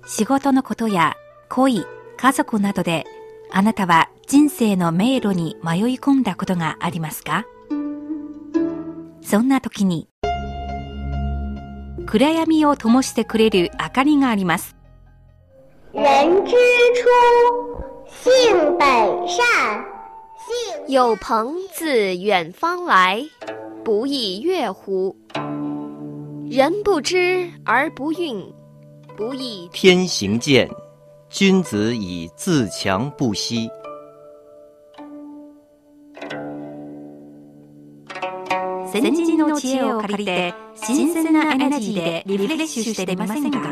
仕事のことや恋、家族などであなたは人生の迷路に迷い込んだことがありますか？そんな時に暗闇を灯してくれる明かりがあります。 人之初，性本善。 有朋自远方来，不亦乐乎？人不知而不愠，不亦天行健，君子以自强不息。 先人の知恵を借りて新鮮なエナジーでリフレッシュしてみませんか？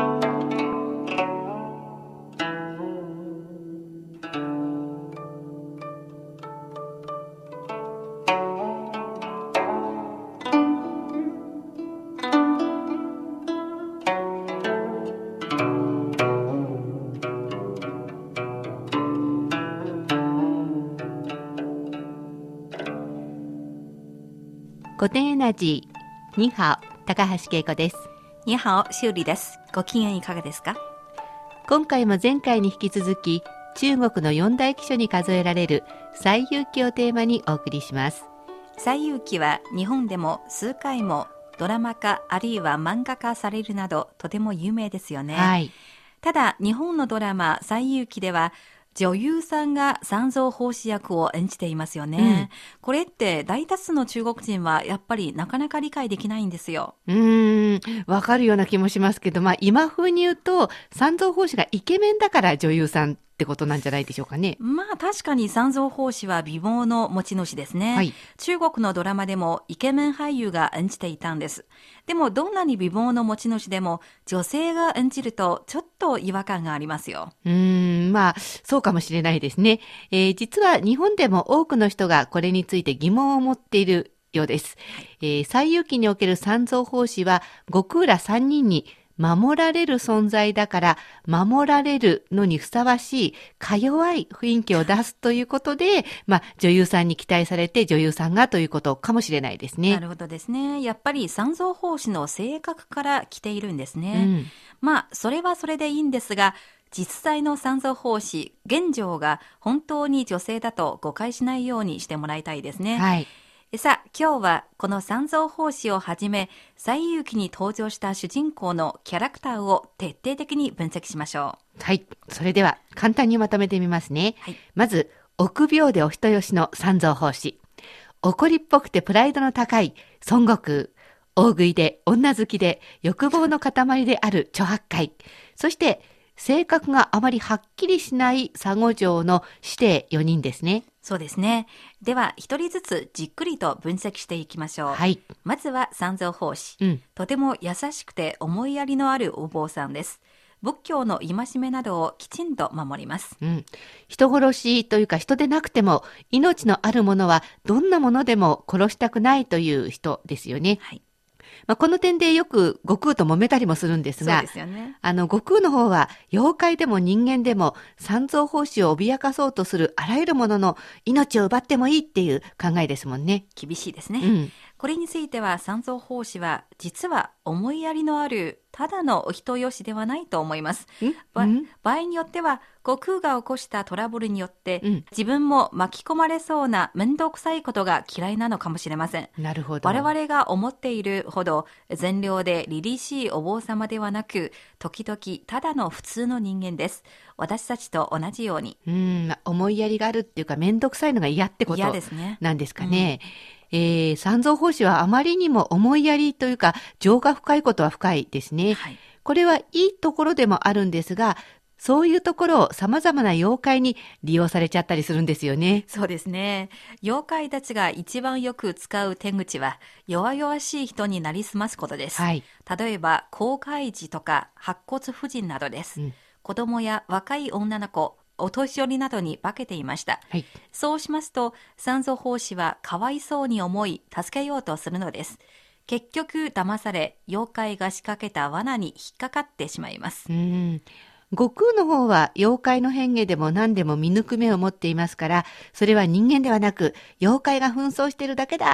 古典エナジー、ニハオ、高橋恵子です。 にはお、修理です。ご機嫌いかがですか？ 今回も前回に引き続き、中国の四大奇書に数えられる西遊記をテーマにお送りします。 西遊記は日本でも数回もドラマ化あるいは漫画化されるなどとても有名ですよね。 はい。 ただ日本のドラマ西遊記では女優さんが三蔵法師役を演じていますよね、これって大多数の中国人はやっぱりなかなか理解できないんですよ。 わかるような気もしますけど、今風に言うと三蔵法師がイケメンだから女優さんってことなんじゃないでしょうかね。 確かに三蔵法師は美貌の持ち主ですね、 はい。 中国のドラマでもイケメン俳優が演じていたんです。でもどんなに美貌の持ち主でも女性が演じるとちょっと違和感がありますよ。 そうかもしれないですね。実は日本でも多くの人がこれについて疑問を持っているようです。西遊記における三蔵法師は悟空ら3人に守られる存在だから、守られるのにふさわしいか弱い雰囲気を出すということで、女優さんに期待されて女優さんがということかもしれないですね。 なるほどですね。やっぱり三蔵法師の性格から来ているんですね、それはそれでいいんですが、実際の三蔵法師玄奘が本当に女性だと誤解しないようにしてもらいたいですね。 はい。 さあ今日はこの三蔵法師をはじめ西遊記に登場した主人公のキャラクターを徹底的に分析しましょう。 はい。それでは簡単にまとめてみますね。 はい。 まず、臆病でお人よしの三蔵法師。怒りっぽくてプライドの高い孫悟空。大食いで女好きで欲望の塊である猪八戒。そして性格があまりはっきりしない沙悟浄の師弟4人ですね。 そうですね。では一人ずつじっくりと分析していきましょう。 はい。 まずは三蔵法師、とても優しくて思いやりのあるお坊さんです。仏教の戒めなどをきちんと守ります、 人殺しというか人でなくても命のあるものはどんなものでも殺したくないという人ですよね。 はい。 この点でよく悟空と揉めたりもするんですが、 そうですよね。 悟空の方は妖怪でも人間でも三蔵法師を脅かそうとするあらゆるものの命を奪ってもいいっていう考えですもんね。 厳しいですね、これについては三蔵法師は実は思いやりのあるただのお人よしではないと思います。場合によっては悟空が起こしたトラブルによって、自分も巻き込まれそうな面倒くさいことが嫌いなのかもしれません。 なるほど。 我々が思っているほど善良で凛々しいお坊様ではなく、時々ただの普通の人間です。私たちと同じように。 思いやりがあるっていうか面倒くさいのが嫌ってことなんですかね。三蔵法師はあまりにも思いやりというか情が深いことは深いですね、これはいいところでもあるんですが、そういうところを様々な妖怪に利用されちゃったりするんですよね。 そうですね。妖怪たちが一番よく使う手口は弱々しい人になりすますことです、例えば航海時とか白骨婦人などです、子供や若い女の子、お年寄りなどに化けていました、そうしますと三蔵法師はかわいそうに思い助けようとするのです。結局騙され妖怪が仕掛けた罠に引っかかってしまいます。 悟空の方は妖怪の変化でも何でも見抜く目を持っていますから、それは人間ではなく妖怪が紛争しているだけだって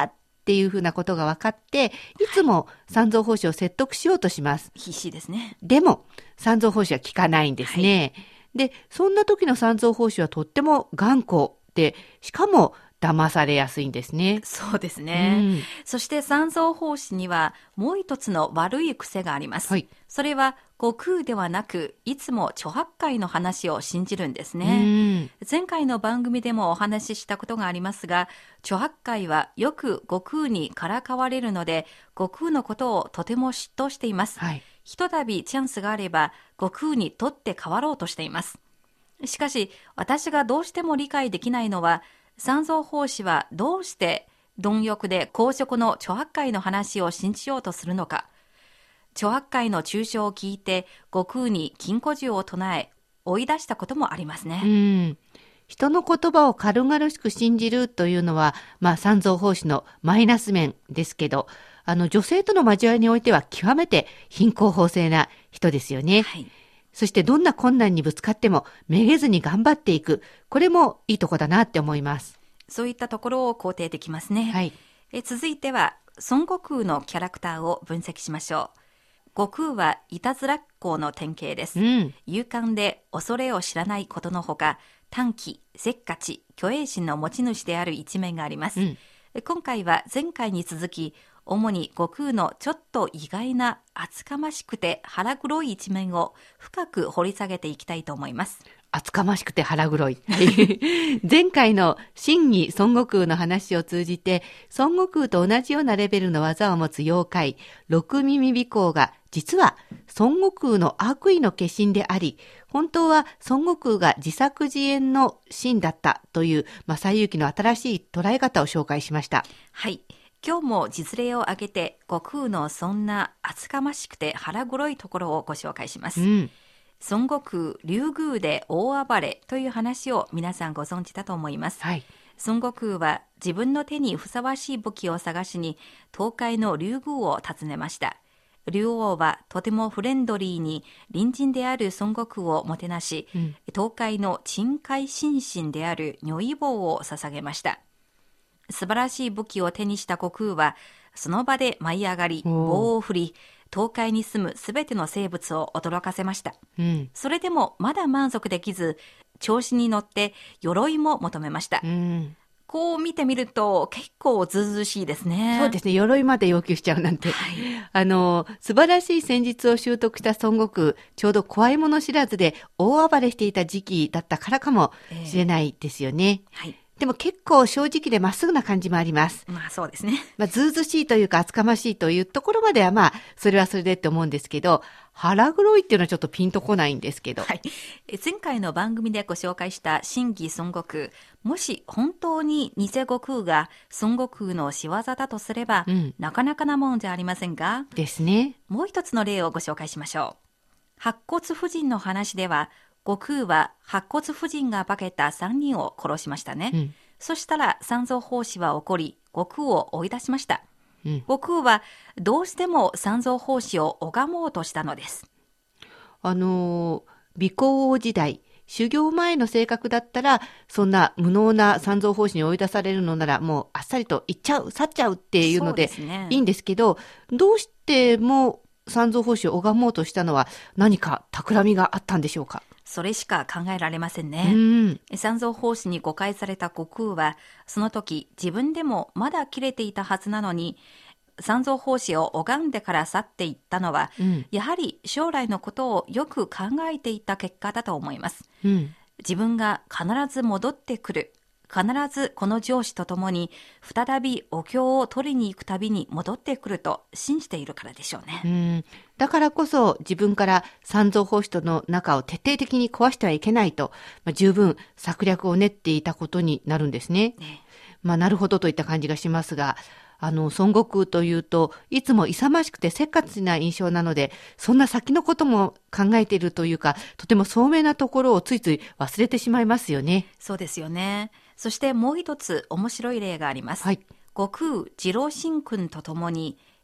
っていうふうなことが分かって、いつも三蔵法師を説得しようとします。 必死ですね。 でも、三蔵法師は聞かないんですね。で、そんな時の三蔵法師はとっても頑固で、しかも騙されやすいんですね。 そうですね。そして三蔵法師にはもう一つの悪い癖があります。それは悟空ではなく、いつも猪八戒の話を信じるんですね。前回の番組でもお話ししたことがありますが、猪八戒はよく悟空にからかわれるので、悟空のことをとても嫉妬しています。ひとたびチャンスがあれば、悟空に取って代わろうとしています。しかし、私がどうしても理解できないのは、三蔵法師はどうして貪欲で公職の猪八戒の話を信じようとするのか。猪八戒の中傷を聞いて、悟空に金庫銃を唱え、追い出したこともありますね。 人の言葉を軽々しく信じるというのは、三蔵法師のマイナス面ですけど、女性との交わりにおいては極めて貧困法制な人ですよね。そしてどんな困難にぶつかってもめげずに頑張っていく。これもいいとこだなって思います。 そういったところを肯定できますね。続いては、孫悟空のキャラクターを分析しましょう。悟空はいたずらっ子の典型です。勇敢で恐れを知らないことのほか、短気、せっかち、虚栄心の持ち主である一面があります。今回は前回に続き、主に悟空のちょっと意外な厚かましくて腹黒い一面を深く掘り下げていきたいと思います。 厚かましくて腹黒い。前回の真偽孫悟空の話を通じて、孫悟空と同じようなレベルの技を持つ妖怪、六耳鼻孔が実は孫悟空の悪意の化身であり、本当は孫悟空が自作自演の神だったという、西遊記の新しい捉え方を紹介しました。 今日も実例を挙げて、悟空のそんな厚かましくて腹黒いところをご紹介します。孫悟空、竜宮で大暴れという話を皆さんご存知だと思います。孫悟空は自分の手にふさわしい武器を探しに東海の竜宮を訪ねました。竜王はとてもフレンドリーに隣人である孫悟空をもてなし、東海の鎮海神神である如意棒を捧げました。素晴らしい武器を手にした悟空はその場で舞い上がり、棒を振り、東海に住むすべての生物を驚かせました。それでもまだ満足できず、調子に乗って鎧も求めました。こう見てみると結構ずうずうしいですね。 そうですね。鎧まで要求しちゃうなんて。素晴らしい戦術を習得した孫悟空、ちょうど怖いもの知らずで大暴れしていた時期だったからかもしれないですよね。でも結構正直でまっすぐな感じもあります。 そうですね。 ずうずしいというか厚かましいというところまではそれはそれでって思うんですけど、腹黒いっていうのはちょっとピンとこないんですけど。 前回の番組でご紹介した真偽孫悟空、もし本当に偽悟空が孫悟空の仕業だとすれば、なかなかなもんじゃありませんか。 ですね。 もう一つの例をご紹介しましょう。白骨婦人の話では、悟空は白骨婦人が化けた3人を殺しましたね。そしたら三蔵法師は怒り、悟空を追い出しました。悟空はどうしても三蔵法師を拝もうとしたのです。 美行王時代、修行前の性格だったら、そんな無能な三蔵法師に追い出されるのなら、もうあっさりと行っちゃう、去っちゃうっていうのでいいんですけど、どうしても三蔵法師を拝もうとしたのは何か企みがあったんでしょうか。 それしか考えられませんね。三蔵法師に誤解された悟空は、その時自分でもまだ切れていたはずなのに、三蔵法師を拝んでから去っていったのは、やはり将来のことをよく考えていた結果だと思います。自分が必ず戻ってくる。必ずこの上司と共に再びお経を取りに行くたびに戻ってくると信じているからでしょうね。 だからこそ自分から三蔵法師との仲を徹底的に壊してはいけないと、十分策略を練っていたことになるんですね。なるほどといった感じがしますが、孫悟空というといつも勇ましくてせっかちな印象なので、そんな先のことも考えているというか、とても聡明なところをついつい忘れてしまいますよね。 そうですよね。そしてもう一つ面白い例があります。悟空、次郎神君とともに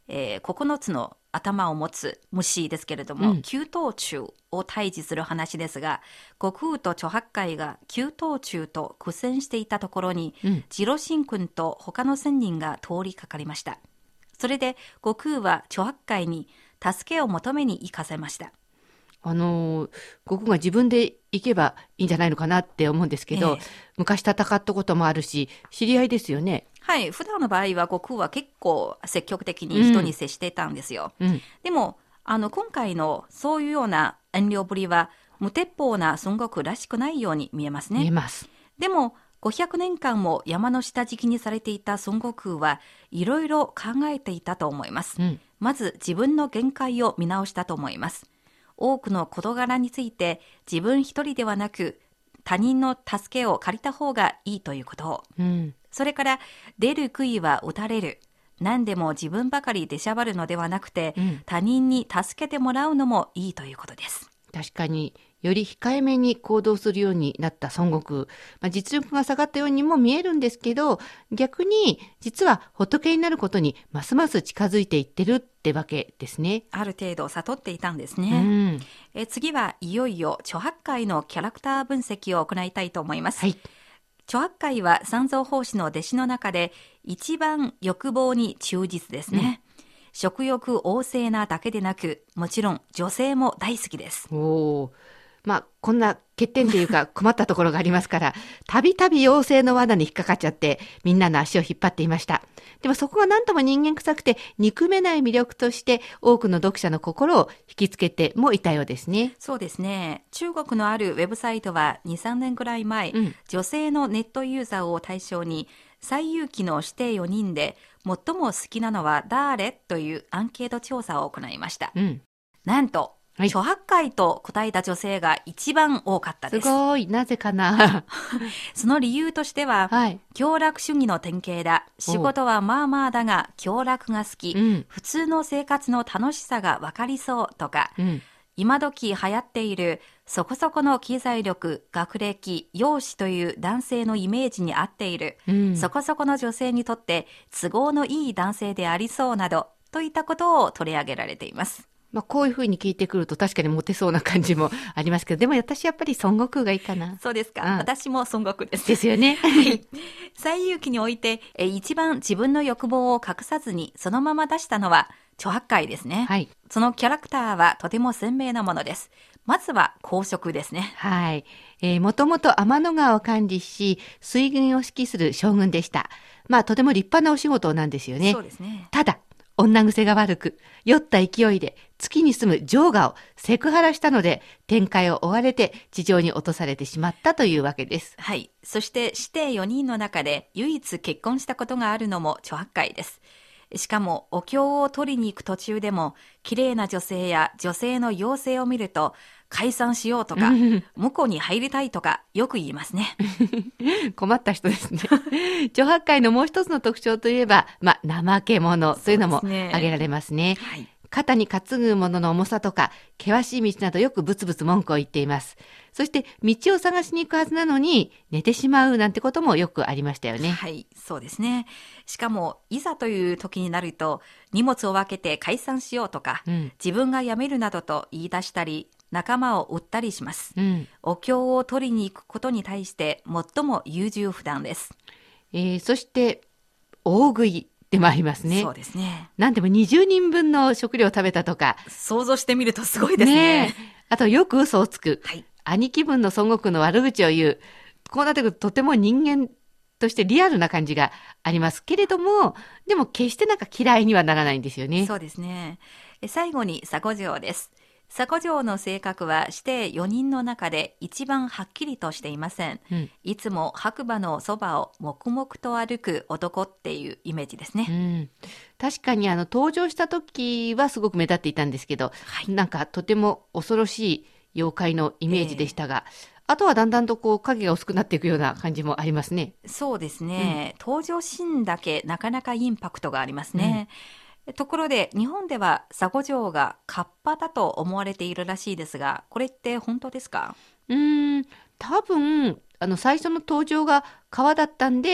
9つの頭を持つ虫ですけれども、九頭虫を退治する話ですが、悟空と猪八戒が九頭虫と苦戦していたところに、次郎神君と他の仙人が通りかかりました。それで悟空は猪八戒に助けを求めに行かせました。 悟空が自分で行けばいいんじゃないのかなって思うんですけど、昔戦ったこともあるし、知り合いですよね。 はい、普段の場合は悟空は結構積極的に人に接していたんですよ。でも今回のそういうような遠慮ぶりは無鉄砲な孫悟空らしくないように見えますね。 見えます。 でも500年間も山の下敷きにされていた孫悟空はいろいろ考えていたと思います。まず自分の限界を見直したと思います。多くの事柄について自分一人ではなく他人の助けを借りた方がいいということを、それから出る杭は打たれる、何でも自分ばかり出しゃばるのではなくて、他人に助けてもらうのもいいということです。 確かにより控えめに行動するようになった孫悟空、実力が下がったようにも見えるんですけど、逆に実は仏になることにますます近づいていってるってわけですね。 ある程度悟っていたんですね。次はいよいよ猪八戒のキャラクター分析を行いたいと思います。猪八戒は三蔵法師の弟子の中で一番欲望に忠実ですね。食欲旺盛なだけでなく、もちろん女性も大好きです。 こんな欠点というか困ったところがありますから、たびたび妖精の罠に引っかかっちゃってみんなの足を引っ張っていました。でもそこが何とも人間臭くて憎めない魅力として多くの読者の心を引きつけてもいたようですね。 そうですね。中国のあるウェブサイトは 2,3 年くらい前、女性のネットユーザーを対象に西遊記の指定4人で最も好きなのは誰というアンケート調査を行いました。なんと猪八戒と答えた女性が一番多かったです。 すごい。なぜかな。 その理由としては、享楽主義の典型だ。仕事はまあまあだが享楽が好き。普通の生活の楽しさがわかりそうとか、今時流行っているそこそこの経済力、学歴、容姿という男性のイメージに合っている、そこそこの女性にとって都合のいい男性でありそうなどといったことを取り上げられています。 こういうふうに聞いてくると確かにモテそうな感じもありますけど、でも私やっぱり孫悟空がいいかな。 そうですか。私も孫悟空です。 ですよね。 西遊記において一番自分の欲望を隠さずにそのまま出したのは猪八戒ですね。そのキャラクターはとても鮮明なものです。まずは公職ですね。 もともと天の川を管理し水軍を指揮する将軍でした。とても立派なお仕事なんですよね。 そうですね。 ただ女癖が悪く、酔った勢いで月に住む城下をセクハラしたので、天界を追われて地上に落とされてしまったというわけです。 そして指定4人の中で唯一結婚したことがあるのも猪八戒です。しかもお経を取りに行く途中でも、綺麗な女性や女性の妖精を見ると、解散しようとか、婿に入りたいとか、よく言いますね。 困った人ですね。猪八戒のもう一つの特徴といえば、怠け者というのも挙げられますね。肩に担ぐものの重さとか、険しい道などよくブツブツ文句を言っています。そして道を探しに行くはずなのに寝てしまうなんてこともよくありましたよね。 そうですね。しかもいざという時になると荷物を分けて解散しようとか、自分が辞めるなどと言い出したり仲間を売ったりします。お経を取りに行くことに対して最も優柔不断です。 そして大食いでもありますね。 そうですね。 何でも20人分の食料を食べたとか。 想像してみるとすごいですね。 あとよく嘘をつく。兄貴分の孫悟空の悪口を言う。こうなってくるととても人間としてリアルな感じがありますけれども、でも決して嫌いにはならないんですよね。 そうですね。最後に佐古城です。佐古城の性格は指定4人の中で一番はっきりとしていません。いつも白馬のそばを黙々と歩く男っていうイメージですね。 確かに登場した時はすごく目立っていたんですけど、とても恐ろしい妖怪のイメージでしたが、あとはだんだんと影が薄くなっていくような感じもありますね。 そうですね。登場シーンだけなかなかインパクトがありますね。ところで日本では佐古城がカッパだと思われているらしいですが、これって本当ですか？ 多分最初の登場が川だったんで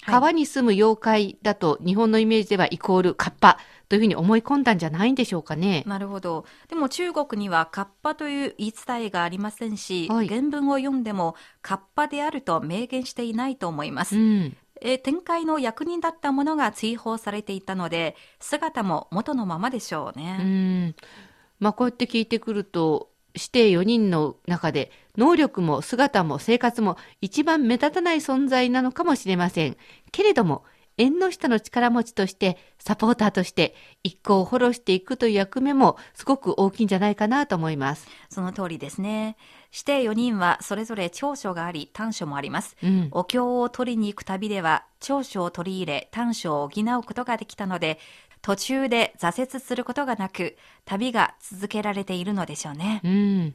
川に住む妖怪だと日本のイメージではイコールカッパというふうに思い込んだんじゃないんでしょうかね。 なるほど。でも中国にはカッパという言い伝えがありませんし、原文を読んでもカッパであると明言していないと思います。天界の役人だったものが追放されていたので、姿も元のままでしょうね。 こうやって聞いてくると、師弟4人の中で能力も姿も生活も一番目立たない存在なのかもしれません。けれども、縁の下の力持ちとして、サポーターとして一行をフォローしていくという役目もすごく大きいんじゃないかなと思います。 その通りですね。師弟4人はそれぞれ長所があり短所もあります。お経を取りに行く旅では長所を取り入れ短所を補うことができたので、途中で挫折することがなく旅が続けられているのでしょうね。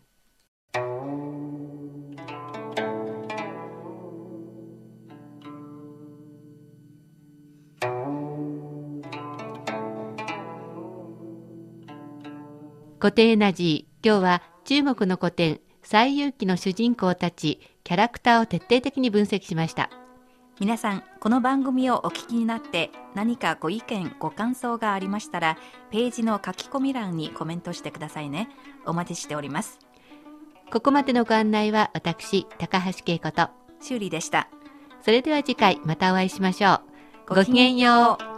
古典エナジー、今日は中国の古典西遊記の主人公たちキャラクターを徹底的に分析しました。 皆さん、この番組をお聞きになって何かご意見ご感想がありましたら、ページの書き込み欄にコメントしてくださいね。お待ちしております。 ここまでのご案内は私高橋恵子と修理でした。 それでは次回またお会いしましょう。ごきげんよう。